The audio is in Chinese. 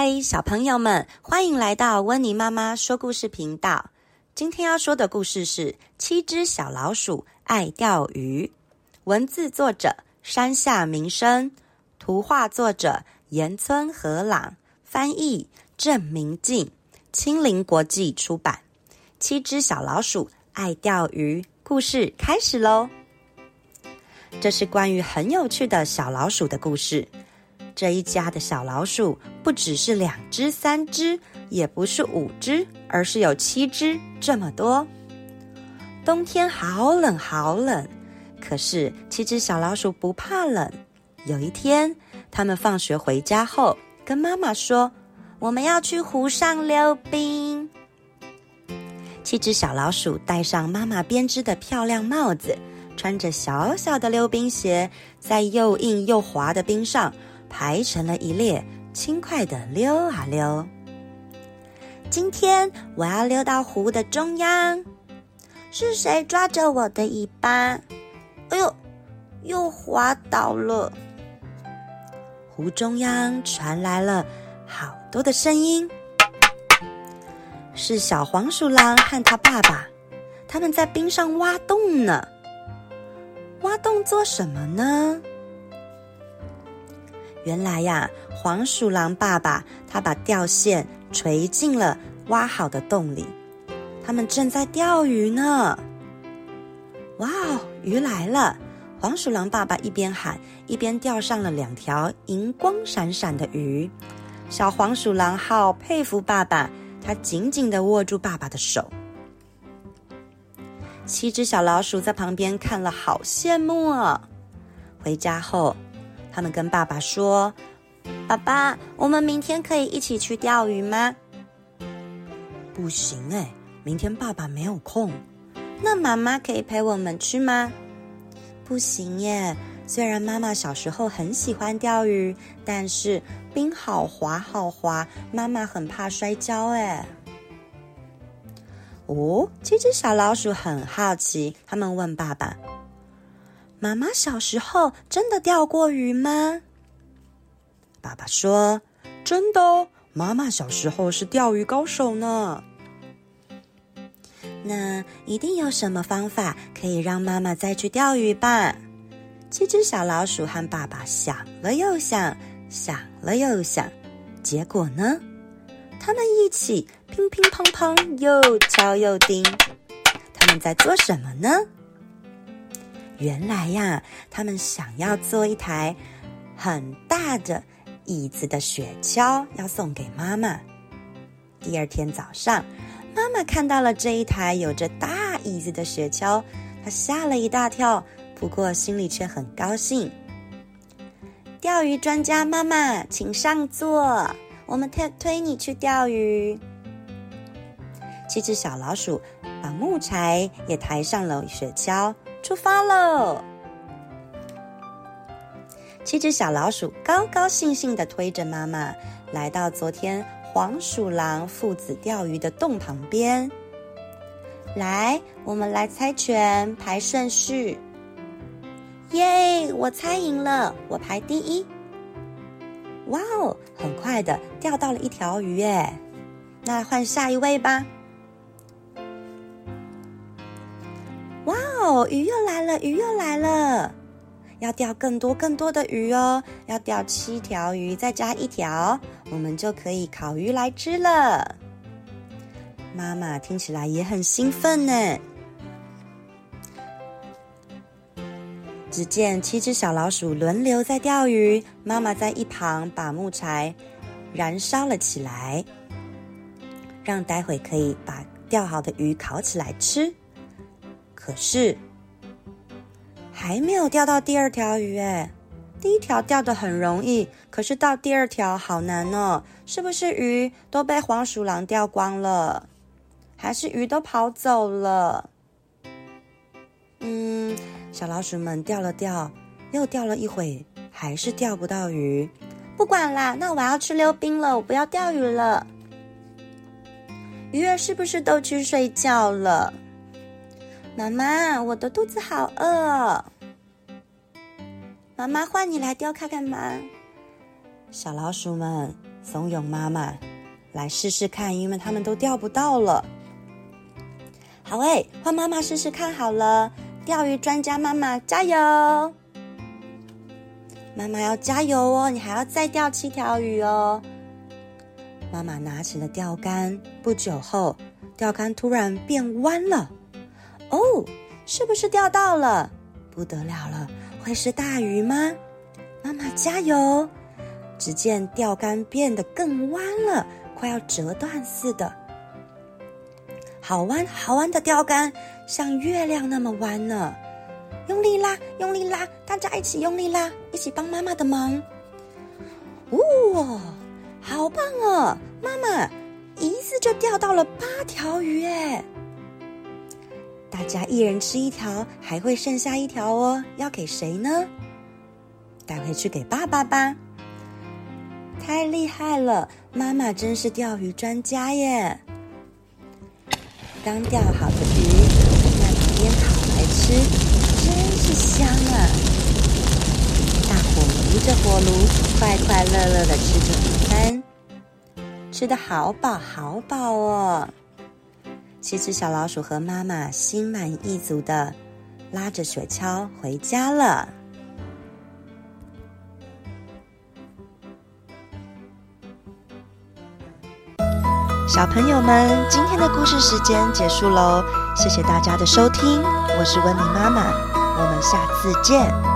嗨，小朋友们，欢迎来到温妮妈妈说故事频道。今天要说的故事是7只小老鼠爱钓鱼。文字作者山下明生，图画作者岩村和朗，翻译郑明静，青林国际出版。7只小老鼠爱钓鱼，故事开始咯。这是关于很有趣的小老鼠的故事。这一家的小老鼠不只是2只、3只，也不是5只，而是有7只这么多。冬天好冷好冷，可是7只小老鼠不怕冷。有一天，他们放学回家后，跟妈妈说：“我们要去湖上溜冰。”7只小老鼠戴上妈妈编织的漂亮帽子，穿着小小的溜冰鞋，在又硬又滑的冰上排成了一列，轻快地溜啊溜。今天我要溜到湖的中央。是谁抓着我的尾巴？哎呦，又滑倒了。湖中央传来了好多的声音，是小黄鼠狼和他爸爸，他们在冰上挖洞呢。挖洞做什么呢？原来呀，黄鼠狼爸爸他把钓线垂进了挖好的洞里，他们正在钓鱼呢。哇哦，鱼来了！黄鼠狼爸爸一边喊，一边钓上了2条银光闪闪的鱼。小黄鼠狼好佩服爸爸，他紧紧地握住爸爸的手。7只小老鼠在旁边看了，好羡慕哦。回家后，他们跟爸爸说：“爸爸，我们明天可以一起去钓鱼吗？”不行耶，明天爸爸没有空。那妈妈可以陪我们去吗？不行耶，虽然妈妈小时候很喜欢钓鱼，但是冰好滑好滑，妈妈很怕摔跤耶。哦，7只小老鼠很好奇，他们问爸爸：“妈妈小时候真的钓过鱼吗？”爸爸说：“真的哦，妈妈小时候是钓鱼高手呢。”那一定有什么方法可以让妈妈再去钓鱼吧？7只小老鼠和爸爸想了又想，想了又想，结果呢？他们一起乒乒乓乓，又敲又钉。他们在做什么呢？原来呀，他们想要做一台很大的椅子的雪橇，要送给妈妈。第二天早上，妈妈看到了这一台有着大椅子的雪橇，她吓了一大跳，不过心里却很高兴。钓鱼专家妈妈，请上座，我们推你去钓鱼。7只小老鼠把木柴也抬上了雪橇，出发喽！7只小老鼠高高兴兴地推着妈妈，来到昨天黄鼠狼父子钓鱼的洞旁边。来，我们来猜拳，排顺序。耶，我猜赢了，我排第1。哇哦，很快的钓到了1条鱼耶！那换下一位吧。哇哦，鱼又来了，鱼又来了！要钓更多的鱼哦，要钓7条鱼，再加1条，我们就可以烤鱼来吃了。妈妈听起来也很兴奋呢。只见7只小老鼠轮流在钓鱼，妈妈在一旁把木柴燃烧了起来，让待会可以把钓好的鱼烤起来吃。可是还没有钓到第2条鱼耶。第1条钓得很容易，可是到第2条好难哦。是不是鱼都被黄鼠狼钓光了？还是鱼都跑走了？小老鼠们钓了钓，又钓了一会，还是钓不到鱼。不管啦，那我要去溜冰了，我不要钓鱼了。鱼儿是不是都去睡觉了？妈妈，我的肚子好饿哦。妈妈，换你来钓看看吗？小老鼠们怂恿妈妈来试试看，因为他们都钓不到了。好换妈妈试试看好了，钓鱼专家妈妈加油！妈妈要加油哦，你还要再钓7条鱼哦。妈妈拿起了钓竿，不久后，钓竿突然变弯了。是不是钓到了？不得了了，会是大鱼吗？妈妈加油！只见钓竿变得更弯了，快要折断似的。好弯好弯的钓竿，像月亮那么弯呢。用力拉，用力拉，大家一起用力拉，一起帮妈妈的忙。好棒哦！妈妈一次就钓到了8条鱼耶！大家一人吃1条，还会剩下1条哦。要给谁呢？带回去给爸爸吧。太厉害了，妈妈真是钓鱼专家耶！刚钓好的鱼在旁边烤来吃，真是香啊！大伙围着火炉，快快乐乐地吃着午餐，吃得好饱好饱哦。7只小老鼠和妈妈心满意足地拉着雪橇回家了。小朋友们，今天的故事时间结束喽，谢谢大家的收听，我是温妮妈妈，我们下次见。